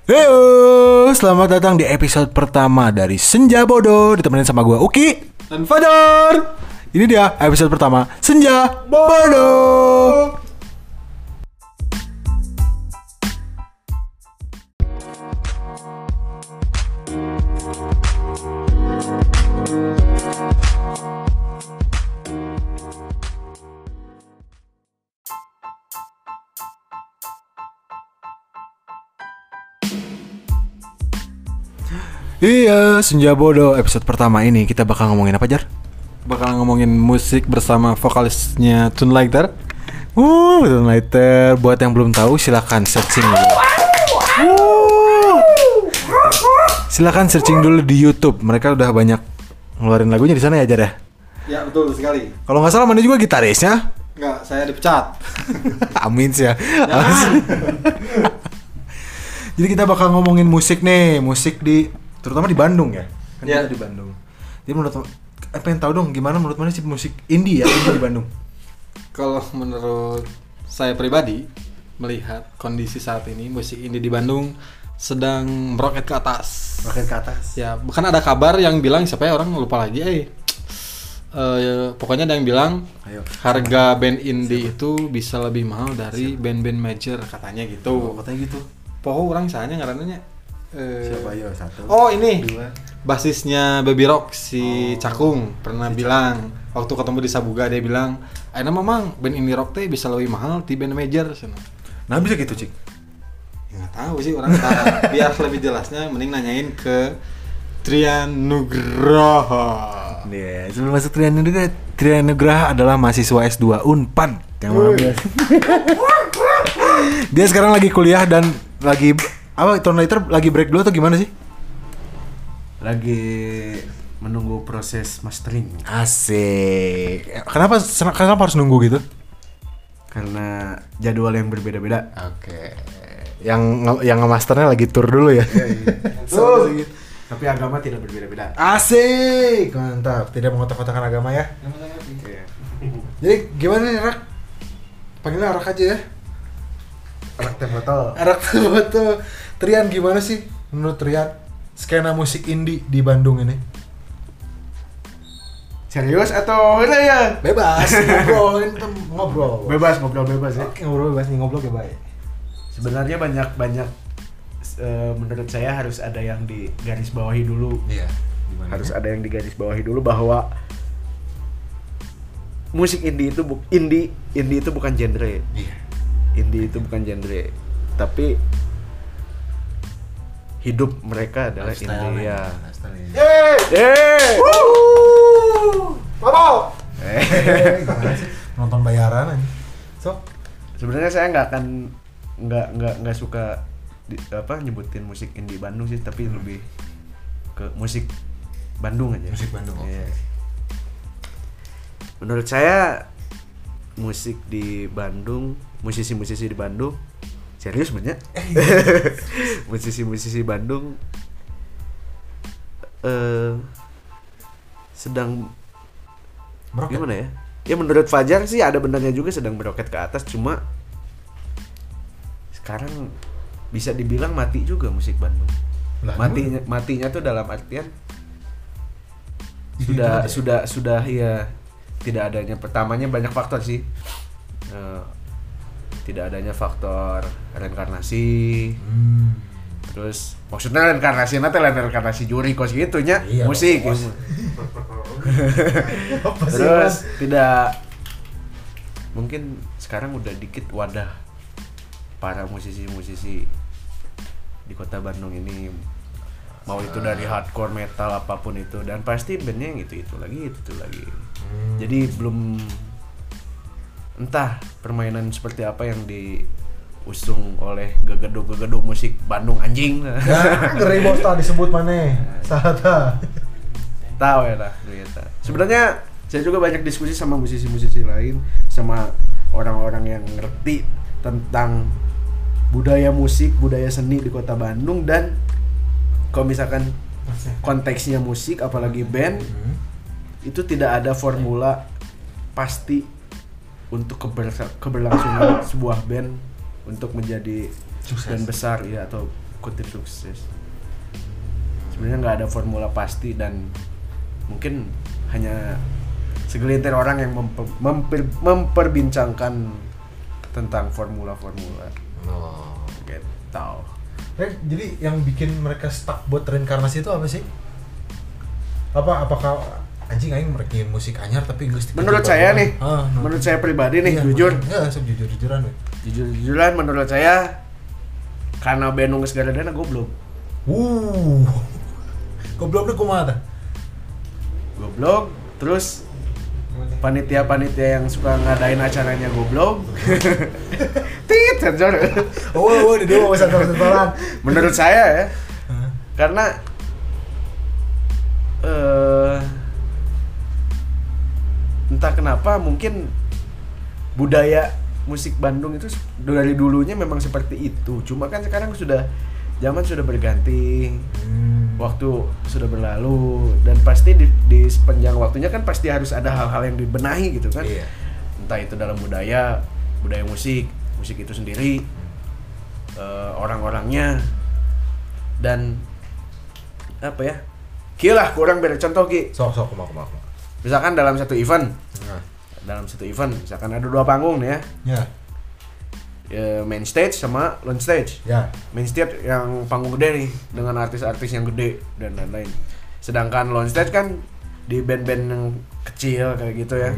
Heyo, selamat datang di episode pertama dari Senja Bodoh. Ditemenin sama gue Uki dan Fajar. Ini dia episode pertama Senja Bodoh. Iya, Senja Bodoh episode pertama ini kita bakal ngomongin apa, Jar? Bakal ngomongin musik bersama vokalisnya Tunlighter. Tunlighter. Buat yang belum tahu silakan searching dulu. Silakan searching dulu di YouTube. Mereka udah banyak ngeluarin lagunya di sana ya, Jar ya? Ya, betul sekali. Kalau nggak salah mana juga gitarisnya? Enggak, saya dipecat. Amin sih ya. Jadi kita bakal ngomongin musik nih, musik terutama di Bandung ya. Kan Ya. kita di Bandung. Jadi menurut pengen tahu dong gimana menurut mana sih musik indie ya indie di Bandung? Kalau menurut saya pribadi melihat kondisi saat ini musik indie di Bandung sedang meroket ke atas. Roket ke atas. Ya, bahkan ada kabar yang bilang siapa ya orang lupa lagi pokoknya ada yang bilang Ayo. harga band indie itu bisa lebih mahal dari band-band major katanya gitu. Katanya gitu. Poho orang soalnya ngarannya Siapa yo satu? Oh ini Dua. basisnya Baby Rock si Cakung pernah bilang waktu ketemu di Sabuga, dia bilang ayeuna memang band indie rock teh bisa lebih mahal di band major sana. Nah bisa gitu cik. Ya, nggak tahu sih orang. Biar lebih jelasnya mending nanyain ke Trian Nugroho. Iya, sebelum masuk Trian Nugraha adalah mahasiswa S2 Unpad yang mana biasa. Dia sekarang lagi kuliah dan lagi apa? Tunlighter lagi break dulu atau gimana sih? Lagi menunggu proses mastering Asik. Kenapa harus nunggu gitu? karena jadwal yang berbeda-beda. Oke. Yang nge-masternya lagi tur dulu ya. Tapi agama tidak berbeda-beda. Asik, mantap. Tidak mengotak-kotakan agama ya. Iya. Jadi gimana nih Rak? Panggilnya Rak aja ya. Anak teh botol. Rak betul. Trian gimana sih menurut Trian skena musik indie di Bandung ini? Serius atau udah ya? Bebas, ngobrol, ini tuh ngobrol. Ngobrol bebas ya. Oke, ngobrol bebas nih, ngobrol ya baik. Sebenarnya banyak menurut saya harus ada yang digaris bawahi dulu. Iya. Harus ada yang digaris bawahi dulu bahwa musik indie itu bukan genre. Iya. Indie itu bukan genre, tapi hidup mereka adalah indie ya. Mabok. Nonton bayaran aja. So, Sebenarnya saya nggak suka nyebutin musik indie Bandung sih, tapi lebih ke musik Bandung aja. Musik Bandung. Iya. Menurut saya musik di Bandung, musisi-musisi di Bandung serius banyak. Musisi-musisi Bandung sedang meroket. gimana ya? Ya menurut Fajar sih ada benarnya juga sedang meroket ke atas, cuma sekarang bisa dibilang mati juga musik Bandung. Lah, Matinya tuh dalam artian sudah ya tidak adanya, pertamanya banyak faktor sih. Tidak adanya faktor reinkarnasi. Terus maksudnya reinkarnasi nanti reinkarnasi juri kos gitu nya, Iya, musik. bos. Terus tidak, mungkin sekarang udah dikit wadah para musisi-musisi di kota Bandung ini, mau itu dari hardcore metal apapun itu, dan pasti bandnya yang itu lagi. Jadi belum, entah permainan seperti apa yang diusung oleh gegeduk musik Bandung anjing. Ya, ngeri bos tadi disebut mana? Sahata. Tahu ya lah ternyata. Sebenarnya saya juga banyak diskusi sama musisi-musisi lain, sama orang-orang yang ngerti tentang budaya musik, budaya seni di kota Bandung, dan kalau misalkan konteksnya musik apalagi band, itu tidak ada formula pasti untuk keberlangsungan sebuah band untuk menjadi sukses band besar ya, atau kuntit sukses. Sebenarnya nggak ada formula pasti dan mungkin hanya segelintir orang yang memperbincangkan tentang formula-formula. Oh. Gitu. Jadi yang bikin mereka stuck buat reinkarnasi itu apa sih? Apakah anjing aing mereka musik anyar tapi geus menurut saya nih, menurut saya pribadi nih, jujur. Enggak, jujur-jujuran we. Jujur-jujuran menurut saya karena band nu geus garadana goblok. Gobloknya kumaha tah? Goblok, terus panitia-panitia yang suka ngadain acaranya goblok. Tit sensor. Di dia mau sensor-sensoran. Menurut saya ya. Karena entah kenapa mungkin budaya musik Bandung itu dari dulunya memang seperti itu. Cuma kan sekarang zaman sudah berganti. Waktu sudah berlalu dan pasti di sepanjang waktunya kan pasti harus ada hal-hal yang dibenahi gitu kan. Iya. Entah itu dalam budaya musik itu sendiri, orang-orangnya dan apa ya? Kilah kurang beda contoh Ki. Sok kumaha. Misalkan dalam satu event. Misalkan ada 2 panggung nih ya. Main stage sama launch stage. Ya. Main stage yang panggung gede nih dengan artis-artis yang gede dan lain-lain. Sedangkan launch stage kan di band-band yang kecil kayak gitu ya.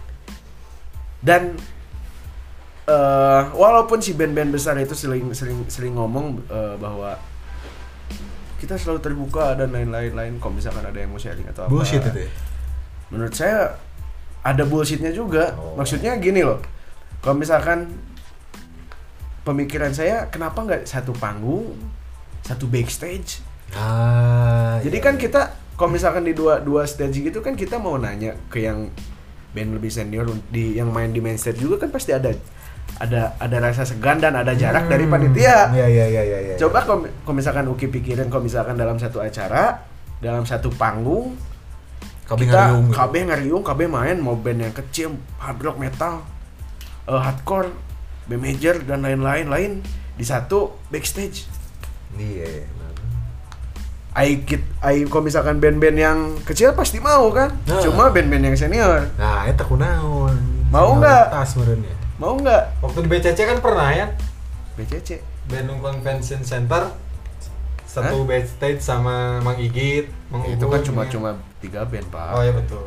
Dan walaupun si band-band besar itu sering ngomong bahwa kita selalu terbuka dan lain-lain kalau misalkan ada yang mau sharing atau apa. Bullshit itu ya? Menurut saya ada bullshitnya juga. Maksudnya gini loh. Kalau misalkan pemikiran saya kenapa nggak satu panggung, satu backstage? Jadi kan kita kalau misalkan di dua stage gitu kan kita mau nanya ke yang band lebih senior yang main di main stage juga kan pasti ada rasa segan dan ada jarak dari panitia. Iya. Coba kalau misalkan Uki pikirin kalau misalkan dalam satu acara, dalam satu panggung kita ngariung, main mau band yang kecil, hard rock, metal, hardcore, band major dan lain-lain di satu backstage. Iya. Kalau misalkan band-band yang kecil pasti mau kan, cuma band-band yang senior. Nah, itu kunaon. Mau nggak? Mau nggak? Waktu di BCC kan pernah ya? BCC. Bandung Convention Center satu backstage sama Mang Igit, itu kan cuma 3 band Pak. Oh ya betul.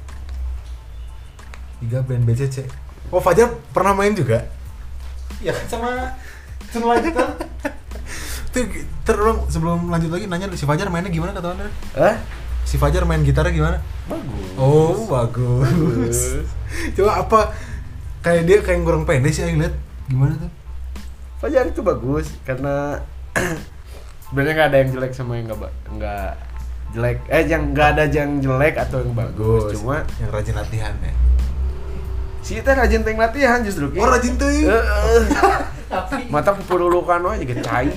3 band BCC. Oh Fajar pernah main juga? Ya kan sama lagi kan. Terus sebelum lanjut lagi nanya si Fajar mainnya gimana kata Anda? Si Fajar main gitarnya gimana? Bagus. Oh bagus. Coba apa? Kayak dia kayak kurang pendek sih, lihat gimana tuh? Fajar itu bagus karena sebenarnya nggak ada yang jelek sama yang nggak jelek. Yang nggak ada yang jelek atau yang bagus. Cuma yang rajin latihan ya. Si teh rajin teh latihan justru. Oh rajin teh. Mata pupurulukan aja gitu cai.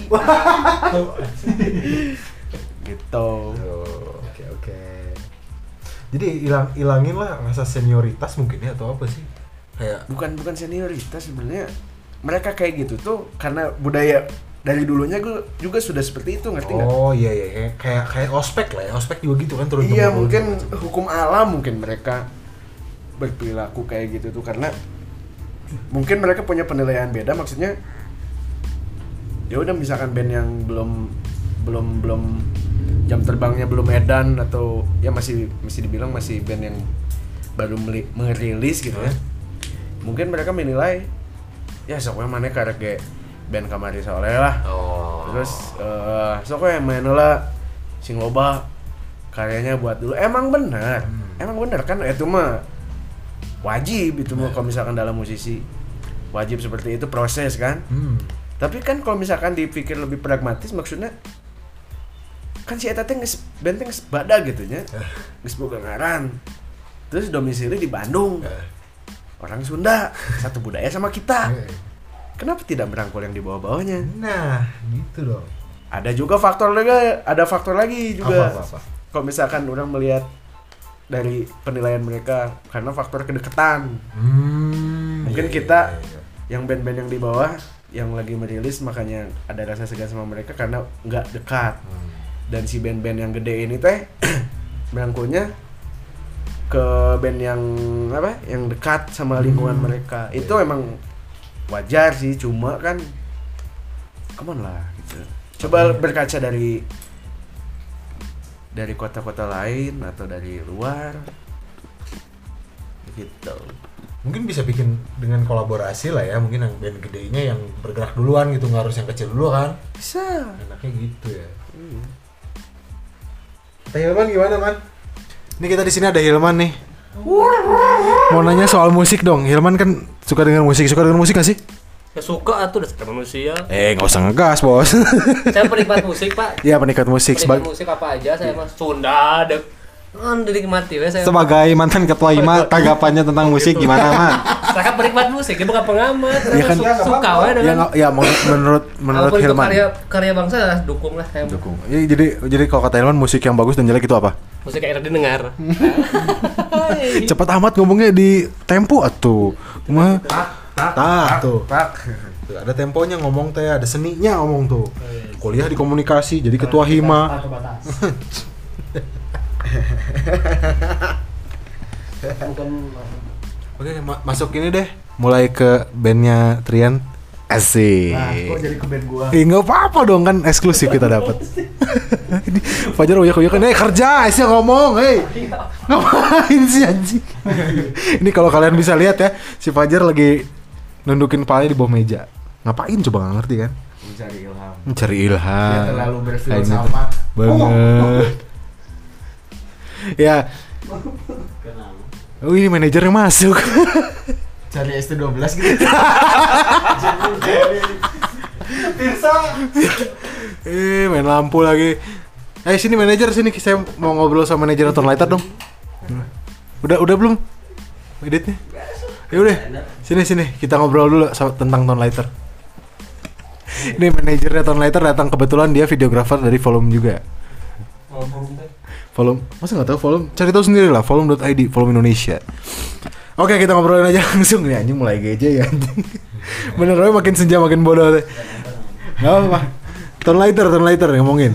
Gitu. Oke. Jadi ilangin lah rasa senioritas mungkin ya atau apa sih? Kayak bukan senioritas sebenarnya. Mereka kayak gitu tuh karena budaya dari dulunya gue juga sudah seperti itu, ngerti nggak? Oh iya kayak ospek lah ya, ospek juga gitu kan turun iya mungkin hukum alam mungkin mereka berperilaku kayak gitu tuh karena mungkin mereka punya penilaian beda. Maksudnya ya udah misalkan band yang belum jam terbangnya belum edan atau ya masih dibilang masih band yang baru merilis gitu ya, mungkin mereka menilai ya soknya mana karek band kamari soalnya lah. Terus soknya main lah sing loba karyanya buat dulu. Emang benar kan itu mah wajib itu mah kalau misalkan dalam musisi wajib seperti itu proses kan. Tapi kan kalau misalkan dipikir lebih pragmatis maksudnya kan si eta teh geus band teh geus badag gitu nya. Geus boga ngaran. Terus domisili di Bandung. Orang Sunda, satu budaya sama kita. Kenapa tidak merangkul yang di bawah-bawahnya? Nah, gitu dong. Ada faktor lagi juga. Apa? Kalau misalkan orang melihat dari penilaian mereka karena faktor kedekatan. Mungkin kita yang band-band yang di bawah yang lagi merilis, makanya ada rasa segan sama mereka karena nggak dekat. Dan si band-band yang gede ini teh merangkulnya ke band yang apa? Yang dekat sama lingkungan mereka. Itu emang wajar sih, cuma kan come on lah gitu. Coba berkaca dari kota-kota lain atau dari luar gitu. Mungkin bisa bikin dengan kolaborasi lah ya, mungkin yang band gedenya yang bergerak duluan gitu, nggak harus yang kecil dulu kan. Bisa. Enaknya gitu ya. Teh Hilman gimana, Man? Ini kita di sini ada Hilman nih. Mau nanya soal musik dong. Hilman kan suka dengar musik gak sih? Ya suka atuh, udah sama manusia. Nggak usah ngegas, Bos. Saya penikmat musik, Pak. Iya, penikmat musik. Penikmat musik apa aja saya mah Sunda dek. Dinikmati we saya. Sebagai mantan ketua IMA, tanggapannya tentang musik gimana, Man? Saya kan penikmat musik, dia bukan pengamat. Ya kan, suka we dengan. Ya menurut Apapun itu Hilman. karya bangsa dukung lah saya. Dukung. Jadi kalau kata Hilman, musik yang bagus dan jelek itu apa? Musik yang enak didengar. Cepat amat ngomongnya di tempo atuh. Mah tuh. Tuh, ada temponya ngomong teh, ada seninya ngomong tuh. Kuliah di komunikasi, jadi ketua hima. Oke, masuk ini deh. Mulai ke bandnya Trian. Asik. Nah, kok jadi ke band gua? Nggak apa-apa dong, kan eksklusif kita dapat. Ini Fajar uyak-uyakan, kerja, sih ngomong, ngapain sih anjing? Ini kalau kalian bisa lihat ya, si Fajar lagi nundukin kepalanya di bawah meja. Ngapain coba, nggak ngerti kan? Mencari ilham. Dia terlalu berfilsafat. Banget. Ya. Oh, ini manajernya masuk. Cari ST12 gitu. Main lampu lagi. Sini manajer, sini saya mau ngobrol sama manajer Tone Lighter dong. Udah belum editnya? Ya udah, sini kita ngobrol dulu tentang Tone Lighter. Ini manajernya Tone Lighter datang, kebetulan dia videografer dari Volume juga. Volume, masa nggak tahu Volume? Cari tahu sendiri lah, volume.id, Volume Indonesia. Oke, kita ngobrolin aja langsung nih, anjing mulai gece ya anjing. Bener aja makin senja makin bodoh deh. Gak apa-apa. Tone Lighter ngomongin.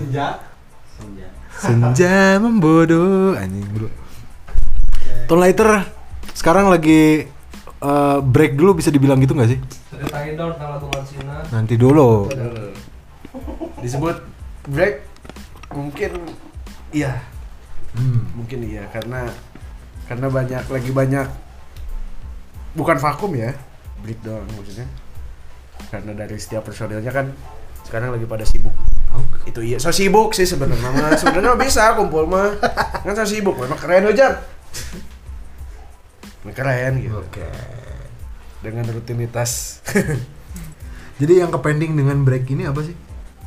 Senja membodoh anjing bro. Tone Lighter sekarang lagi break dulu, bisa dibilang gitu nggak sih? Ceritain dong tentang lagu Marsina. Nanti dulu. Disebut break mungkin iya. Mungkin iya karena banyak bukan vakum ya, break doang maksudnya. Karena dari setiap personilnya kan sekarang lagi pada sibuk. Itu iya, so sibuk sih sebenarnya. Sebenarnya bisa kumpul mah. Kan so sibuk, memang keren aja. Keren gitu. Oke. Dengan rutinitas. Jadi yang kepending dengan break ini apa sih?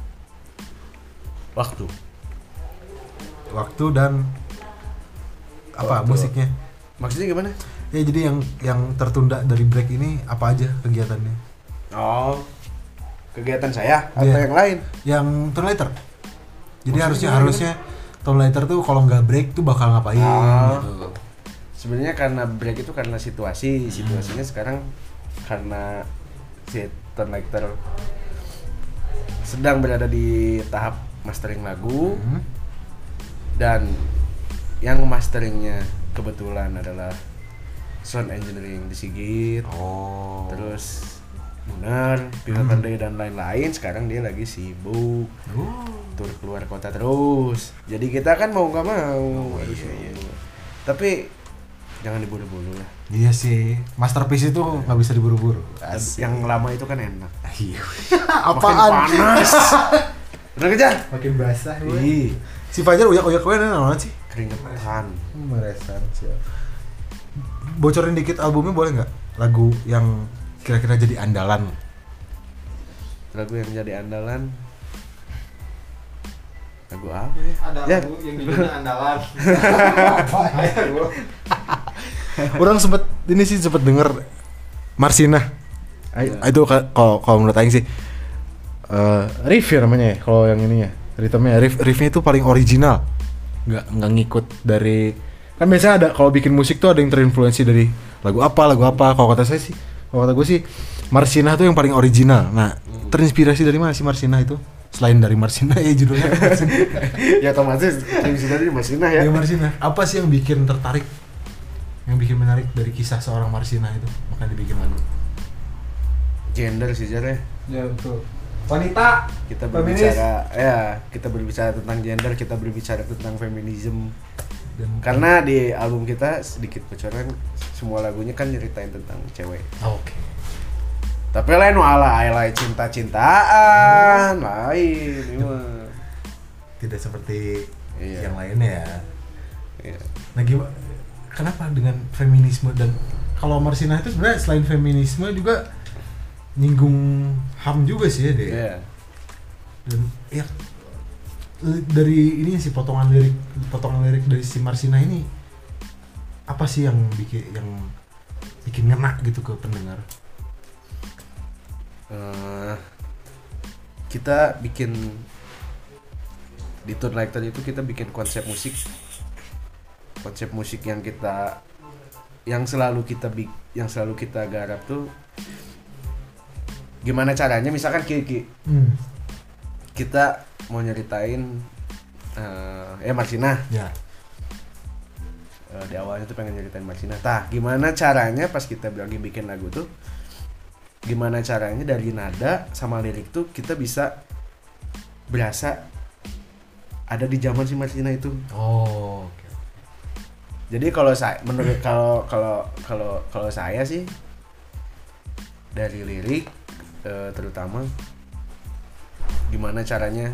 Waktu dan apa Waktu. musiknya? Maksudnya gimana? Ya jadi yang tertunda dari break ini apa aja kegiatannya? Oh, kegiatan saya atau Iya. yang lain? Yang Tone Lighter. Jadi Maksudnya harusnya Tone Lighter tuh kalau nggak break tuh bakal ngapain gitu. Sebenarnya karena break itu karena situasinya sekarang karena si Tone Lighter sedang berada di tahap mastering lagu dan yang masteringnya kebetulan adalah sound engineering di Sigit. Oh. Terus Munar, Pihak Pandai dan lain-lain. Sekarang dia lagi sibuk tur keluar kota terus. Jadi kita kan mau nggak mau harus nunggu. Tapi jangan diburu-buru lah. Iya sih, masterpiece itu nggak bisa diburu-buru. Yang lama itu kan enak. Iya. Makin panas. Udah kerja? Makin basah. Ih, Si Fajar uyak-uyak gue namanya sih? keringetan. Meresan sih. Bocorin dikit albumnya boleh nggak? Lagu yang kira-kira jadi andalan. Lagu yang jadi andalan. Lagu apa ya? Ada Ya. lagu yang judulnya andalan. Orang sempet denger Marsina. Itu kalau menurut Aing sih riff ya namanya ya, kalau yang ininya ritmenya riffnya itu paling original, nggak ngikut dari, kan biasanya ada kalau bikin musik tuh ada yang terinfluensi dari lagu apa. Kalau kata gue sih Marsina tuh yang paling original. Nah terinspirasi dari mana sih Marsina itu? Selain dari Marsina ya judulnya Marsina. Ya otomatis bisa dari Marsina ya. Ya Marsina. Apa sih yang bikin tertarik? Yang bikin menarik dari kisah seorang Marsina itu? Makanya dibikin lagu. Gender sih Jar. Ya betul. Wanita. Kita Feminis. kita berbicara tentang gender, kita berbicara tentang feminisme. Dan Karena di album kita sedikit bocoran, semua lagunya kan nyeritain tentang cewek. Oke. Tapi lain ala cinta-cintaan, lain ini mah. Tidak seperti Iya. yang lainnya ya. Iya. Nah gimana? Kenapa dengan feminisme dan kalau Marsina itu sebenarnya selain feminisme juga nyinggung HAM juga sih ya deh. Iya. Dan ya dari ini sih potongan lirik dari si Marsina ini apa sih yang bikin ngena gitu ke pendengar? Kita bikin di Tune Like That itu kita bikin konsep musik yang selalu kita garap tuh gimana caranya, misalkan Kiki kita mau nyeritain Marsina Ya. di awalnya tuh pengen nyeritain Marsina. Tah, gimana caranya pas kita lagi bikin lagu tuh, gimana caranya dari nada sama lirik tuh kita bisa berasa ada di zaman si Marsina itu. Oh, oke. Jadi kalau saya menurut kalau saya sih dari lirik terutama gimana caranya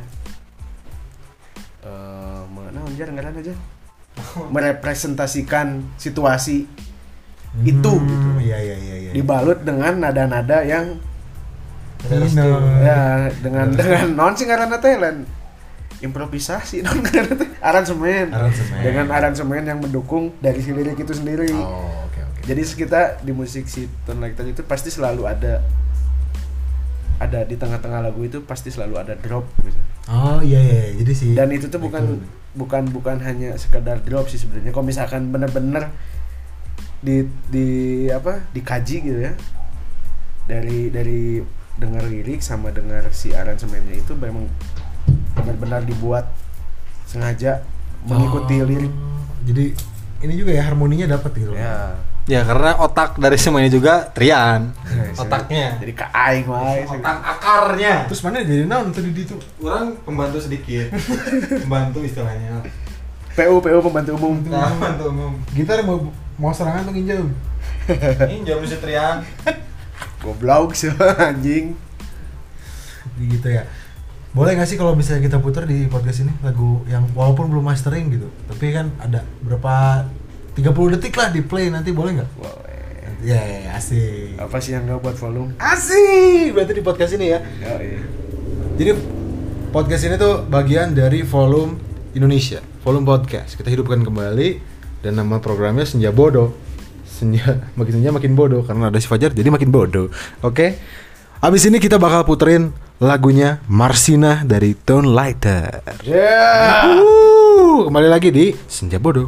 ngaran aja merepresentasikan situasi itu gitu. Iya. Dibalut dengan nada-nada yang Dino. ya dengan non sih ngaranna teh lain improvisasi non ngaranna teh aransemen. Dengan aransemen yang mendukung dari si lirik itu sendiri. Oh, oke. Jadi kita di musik si Tune Like That itu pasti selalu ada di tengah-tengah lagu itu pasti selalu ada drop gitu. Oh iya. Jadi sih. Dan itu tuh bukan hanya sekedar drop sih sebenarnya. Kalau misalkan bener-bener dikaji gitu ya. Dari dengar lirik sama dengar si aransemennya itu memang benar-benar dibuat sengaja mengikuti lirik. Jadi ini juga ya harmoninya dapat gitu. Ya karena otak dari semuanya juga Trian. Otaknya. Jadi aing wae. Otak akarnya. Terus mana jadi naon tadi di itu? Orang pembantu sedikit. Pembantu istilahnya. PU pembantu umum. Pembantu umum. Gitar mau serangan tuh nginjau. Ini jam si Trian. Goblok sih anjing. Gitu ya. Boleh nggak sih kalau misalnya kita putar di podcast ini lagu yang walaupun belum mastering gitu, tapi kan ada berapa 30 detik lah di play nanti, boleh nggak? Boleh. Ya, asik. Apa sih yang nggak buat volume? Asik. Berarti di podcast ini ya. Iya. Jadi podcast ini tuh bagian dari Volume Indonesia, Volume Podcast. Kita hidupkan kembali dan nama programnya Senja Bodoh. Makin senja makin bodoh karena ada si Fajar jadi makin bodoh. Oke. Abis ini kita bakal puterin lagunya Marsina dari Tune Like That. Yeah. Kembali lagi di Senja Bodoh.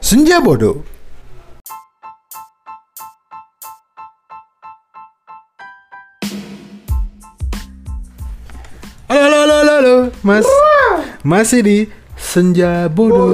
Senja Bodoh. Halo, Mas. Masih di Senja Bodoh.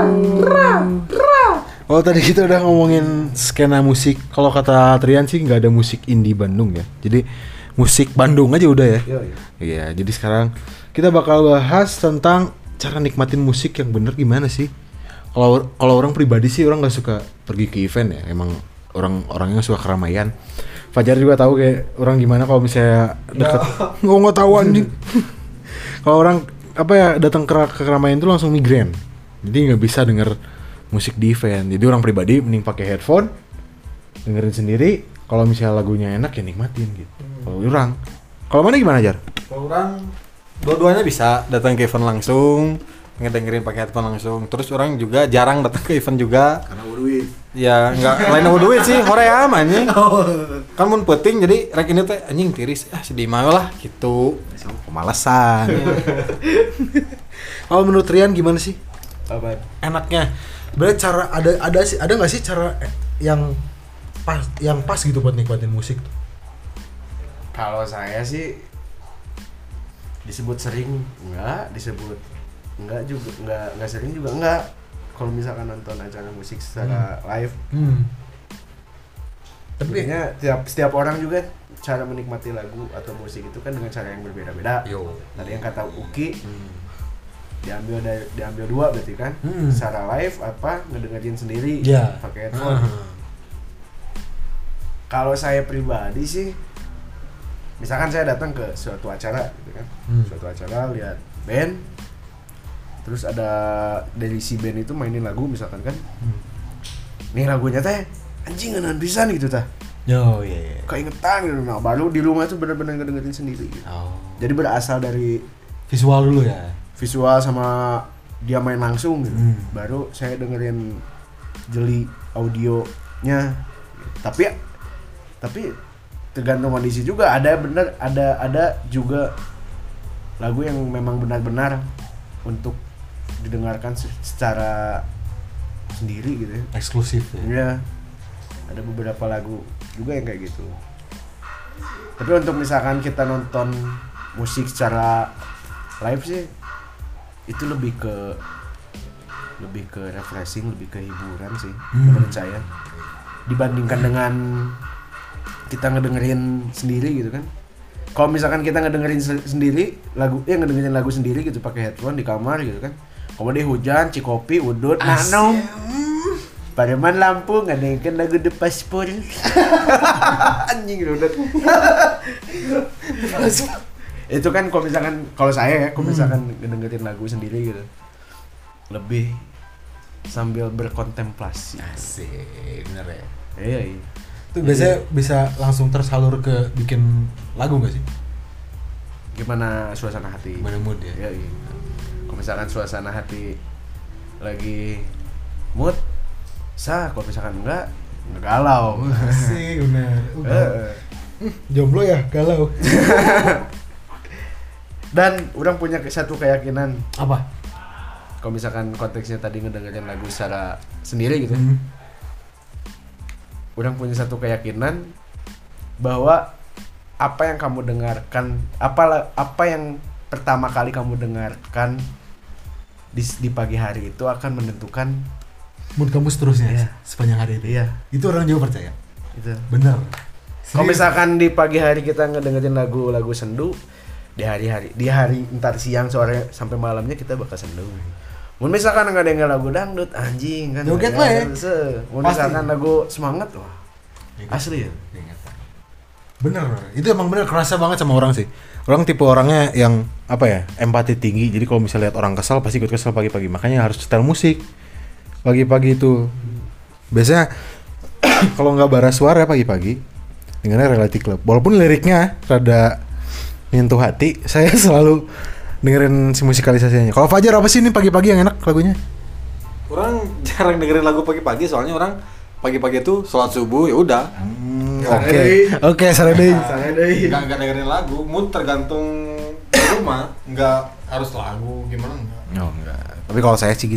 Oh, tadi kita udah ngomongin skena musik. Kalau kata Trian sih nggak ada musik indie Bandung ya. Jadi musik Bandung aja udah ya. Iya, jadi sekarang kita bakal bahas tentang cara nikmatin musik yang bener gimana sih. Kalau orang pribadi sih orang nggak suka pergi ke event ya. Emang orangnya suka keramaian. Fajar juga tahu kayak orang gimana kalau misalnya deket. Nggak tahu anjing. Kalau orang datang ke keramaian itu langsung migrain. Jadi nggak bisa denger musik di event. Jadi orang pribadi mending pakai headphone, dengerin sendiri. Kalau misalnya lagunya enak ya nikmatin gitu. Kalau mana gimana, Jar? Kalau orang dua-duanya bisa datang ke event langsung, ngedengerin pakai headphone langsung. Terus orang juga jarang datang ke event juga. Karena duit. Ya enggak lain duit sih, hoream anjing. Kan mun penting jadi rek ini teh anjing tiris sedih mah lah gitu. Pemalasan. Kalau menurut Rian gimana sih? Apa? Enaknya. Berarti cara ada nggak sih cara yang pas gitu buat nikmatin musik tuh? Kalau saya sih disebut sering enggak, disebut enggak juga enggak sering juga enggak. Kalau misalkan nonton acara musik secara live, tapi setiap orang juga cara menikmati lagu atau musik itu kan dengan cara yang berbeda-beda. Tadi yang kata Uki diambil dua berarti kan, secara live apa ngedengerin sendiri pakai headphone. Kalau saya pribadi sih, misalkan saya datang ke suatu acara gitu kan, suatu acara lihat band, terus ada dari si band itu mainin lagu misalkan kan, nih lagunya teh anjing ngenan pisan gitu tah. Keingetan gitu, nah baru di rumah tuh benar-benar ngedengerin sendiri gitu. Jadi berasal dari Visual dulu ya. Visual sama dia main langsung gitu. Baru saya dengerin jeli audionya. Tapi tergantung kondisi juga, ada juga lagu yang memang benar-benar untuk didengarkan secara sendiri gitu ya. Eksklusif ya. Iya. Ada beberapa lagu juga yang kayak gitu. Tapi untuk misalkan kita nonton musik secara live sih itu lebih ke refreshing, lebih ke hiburan sih menurut saya. Dibandingkan dengan kita ngedengerin sendiri gitu kan. Kalau misalkan kita ngedengerin sendiri ngedengerin lagu sendiri gitu pakai headphone di kamar gitu kan. Kemudian hujan, cikopi, udut, nanom. Pademan lampu ngedengerin lagu The Passport. Anjing udut. Itu kan kalau saya ngedengerin lagu sendiri gitu. Lebih sambil berkontemplasi. Asik, bener ya. Iya. Itu biasanya bisa langsung tersalur ke bikin lagu nggak sih? Gimana suasana hati? Gimana mood ya? Iya. Kalau misalkan suasana hati lagi mood, kalau misalkan enggak galau. Asik, bener. Jomblo ya, galau. Dan orang punya satu keyakinan. Apa? Kalau misalkan konteksnya tadi ngedengerin lagu secara sendiri gitu. Orang punya satu keyakinan bahwa apa yang kamu dengarkan, apa yang pertama kali kamu dengarkan di pagi hari itu akan menentukan mood kamu seterusnya sepanjang hari itu. Iya. Itu orang juga percaya. Itu. Bener. Kalau misalkan di pagi hari kita ngedengerin lagu sendu, di hari entar siang sore sampai malamnya kita bakal sendu. Mun misalkan enggak denger lagu dangdut anjing kan. Joget lah ya. Mun misalkan lagu semangat wah. Asli ya. Bener. Itu emang bener kerasa banget sama orang sih. Orang tipe orangnya yang empati tinggi. Jadi kalau misalnya lihat orang kesal pasti ikut kesal pagi-pagi. Makanya harus setel musik pagi-pagi itu. Biasanya kalau nggak bara suara pagi-pagi dengarnya Reality Club. Walaupun liriknya rada nyentuh hati, saya selalu dengerin si musikalisasinya. Kalau Fajar apa sih ini pagi-pagi yang enak lagunya? Orang jarang dengerin lagu pagi-pagi soalnya orang pagi-pagi tuh sholat subuh ya udah. Oke, sore deh. Enggak dengerin lagu, mood tergantung di rumah, enggak harus lagu gimana enggak. Oh enggak. Tapi kalau saya sih gitu.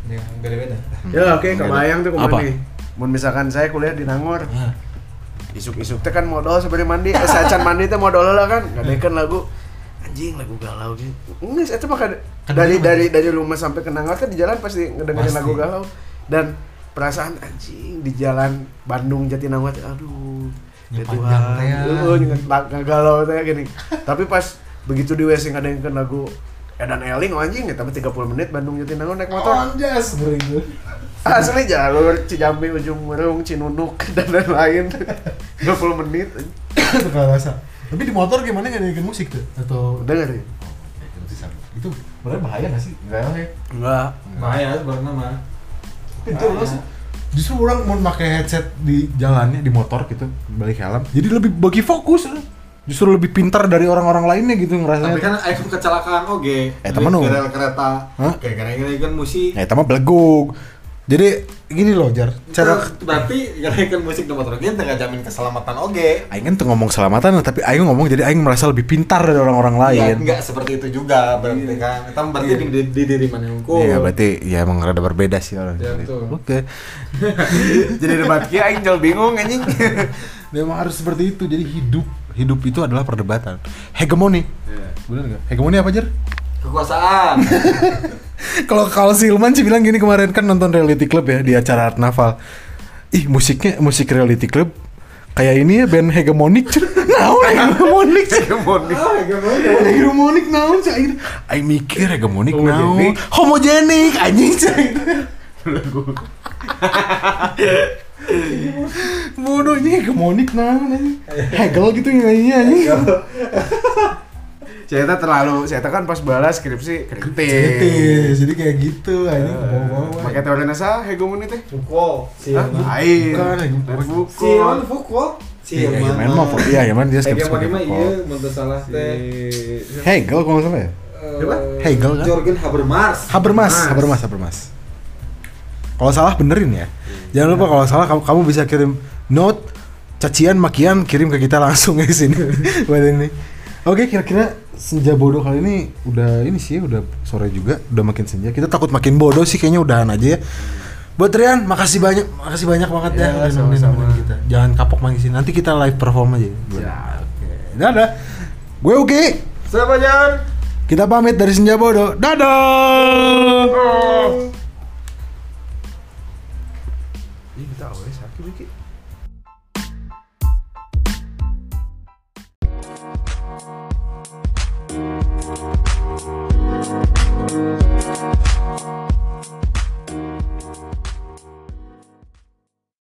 Ya, beda-beda. Ya oke, kebayang tuh Apa? kemana nih. Mun misalkan saya kuliah di Nangor. Isuk-isuk teh kan modal sebenarnya mandi, sacan mandi teh modal lah kan. Ngadekeun lagu anjing lagu galau gitu. Geus eta mah dari rumah sampai ke Nangor kan di jalan pasti ngedengerin Pasti. lagu galau. Dan perasaan anjing di jalan Bandung Jatinangor teh aduh. Ya panjang teh ya. Galau teh gini. Tapi pas begitu di WC ngadengeun lagu Edan Eling anjing eta 30 menit Bandung Jatinangor naik motor. Anjas beriku. Asli jalur Cijambe ujung Merung Cinunuk dan lain-lain 20 menit Itu kalau rasa. Tapi di motor gimana nggak dengerin musik tuh? Atau udah gak sih? itu bener bahaya nggak sih? Enggak ya. Enggak Bahaya sebenarnya mah. Jelas. Justru orang mau pakai headset di jalannya di motor gitu, balik helm. Jadi lebih bagi fokus. Justru lebih pintar dari orang-orang lainnya gitu ngerasanya. Tapi kan aya kecelakaan oge. Temen nu. Kereta. Hah? Gara-gara kan musik. Ya, itu mah belegug. Jadi gini loh, Jar. Cara berarti gara-gara musik di motor kita enggak jamin keselamatan oge. aing kan tuh ngomong keselamatan, tapi aing ngomong jadi aing merasa lebih pintar dari orang-orang lain. Ya, enggak seperti itu juga berarti kan. Itu berarti di diri mana unggul. Iya, berarti ya emang rada berbeda sih orang. Ya, betul. Oke. Jadi debat kia aing jauh bingung anjing Memang harus seperti itu. Jadi hidup itu adalah perdebatan. Hegemoni. Benar enggak? Hegemoni apa, Jar? Kekuasaan. Kalau si Ilman sih bilang gini kemarin kan nonton reality club ya di acara Art Naval. Ih, musiknya musik reality club kayak ini ya band hegemonik. Naon hegemonik? Hegemonik naon sih? Aing mikir hegemonik naon? Homogenik anjing sih. Bodoh ini hegemonik naon anjing. Hegel gitu nyanyinya anjing. Saya kan pas balas skripsi Kritis, jadi kayak gitu anjing kebawa-bawa. Pakai teori NASA hegemoni teh Foucault. Hah? Lain Bukan, anjing. Foucault. Iya, Yaman mah iya, Yaman dia skripsi pakai mah Foucault. iya, mun teu salah teh. Hegel kalau nggak salah ya? Siapa? Hegel kan? Jürgen Habermas. Habermas. Kalau salah benerin ya. Jangan lupa kalau salah kamu bisa kirim note, cacian, makian, kirim ke kita langsung ya sini. Buat ini. Oke, kira-kira senja bodoh kali ini udah ini sih, udah sore juga, udah makin senja. Kita takut makin bodoh sih, kayaknya udahan aja ya. Buat Rian, makasih banget banget ya udah nemenin kita. Jangan kapok main sini. Nanti kita live perform aja. Oke. Dadah. Gue Uki. Siapa Jan? Kita pamit dari senja bodoh. Dadah. Ih, kita awalnya sakit Wiki. Thank you.